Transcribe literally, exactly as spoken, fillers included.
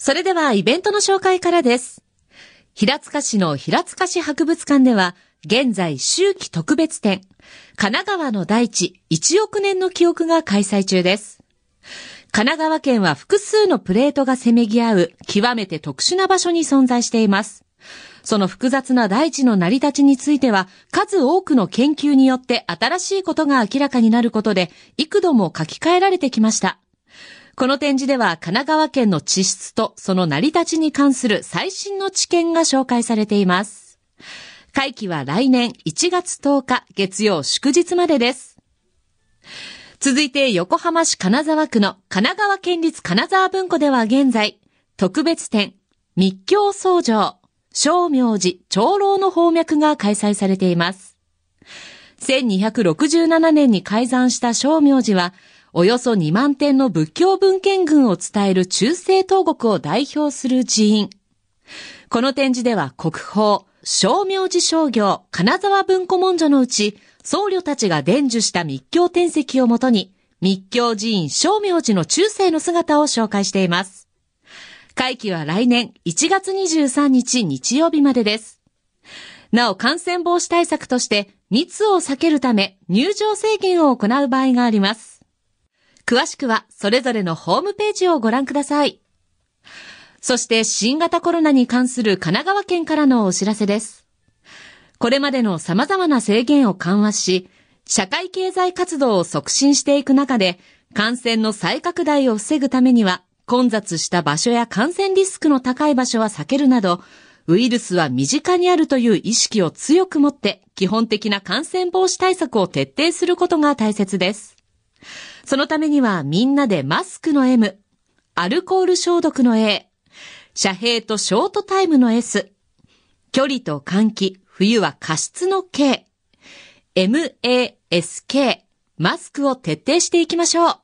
それではイベントの紹介からです。平塚市の平塚市博物館では、現在秋季特別展、神奈川の大地いちおく年の記憶が開催中です。神奈川県は複数のプレートがせめぎ合う極めて特殊な場所に存在しています。その複雑な大地の成り立ちについては、数多くの研究によって新しいことが明らかになることで、幾度も書き換えられてきました。この展示では神奈川県の地質とその成り立ちに関する最新の知見が紹介されています。会期は来年いちがつとおか月曜祝日までです。続いて横浜市金沢区の神奈川県立金沢文庫では現在、特別展、密教僧正、正明寺長老の宝脈が開催されています。せんにひゃくろくじゅうななねんに開山した正明寺は、およそにまんてんの仏教文献群を伝える中世東国を代表する寺院。この展示では国宝、正明寺正行金沢文庫文書のうち、僧侶たちが伝授した密教典籍をもとに、密教寺院正明寺の中世の姿を紹介しています。会期は来年いちがつにじゅうさんにち日曜日までです。なお感染防止対策として密を避けるため入場制限を行う場合があります。詳しくはそれぞれのホームページをご覧ください。そして新型コロナに関する神奈川県からのお知らせです。これまでの様々な制限を緩和し、社会経済活動を促進していく中で、感染の再拡大を防ぐためには、混雑した場所や感染リスクの高い場所は避けるなど、ウイルスは身近にあるという意識を強く持って、基本的な感染防止対策を徹底することが大切です。そのためにはみんなでマスクの エム、アルコール消毒の エー、遮蔽とショートタイムの エス、距離と換気、冬は加湿の ケー、エムエーエスケー、マスクを徹底していきましょう。